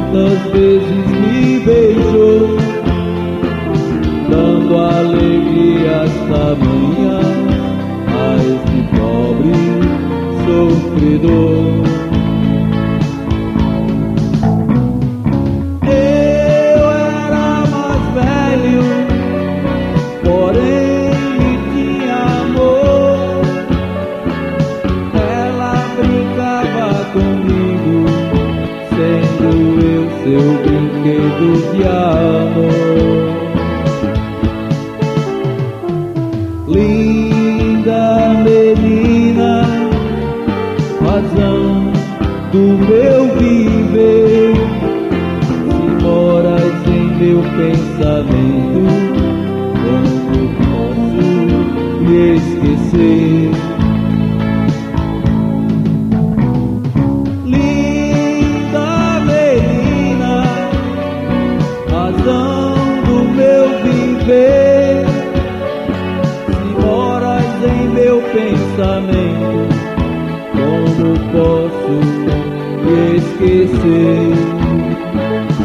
quantas vezes me beijou, dando alegrias tamanhas a esse pobre sofredor. Eu era mais velho, porém me tinha amor. Ela brincava comigo, sendo eu seu brinquedo de amor. Linda menina, razão do meu viver, se moras em meu pensamento, como posso me esquecer? Linda menina, razão do meu viver, se moras em meu pensamento, como posso me esquecer?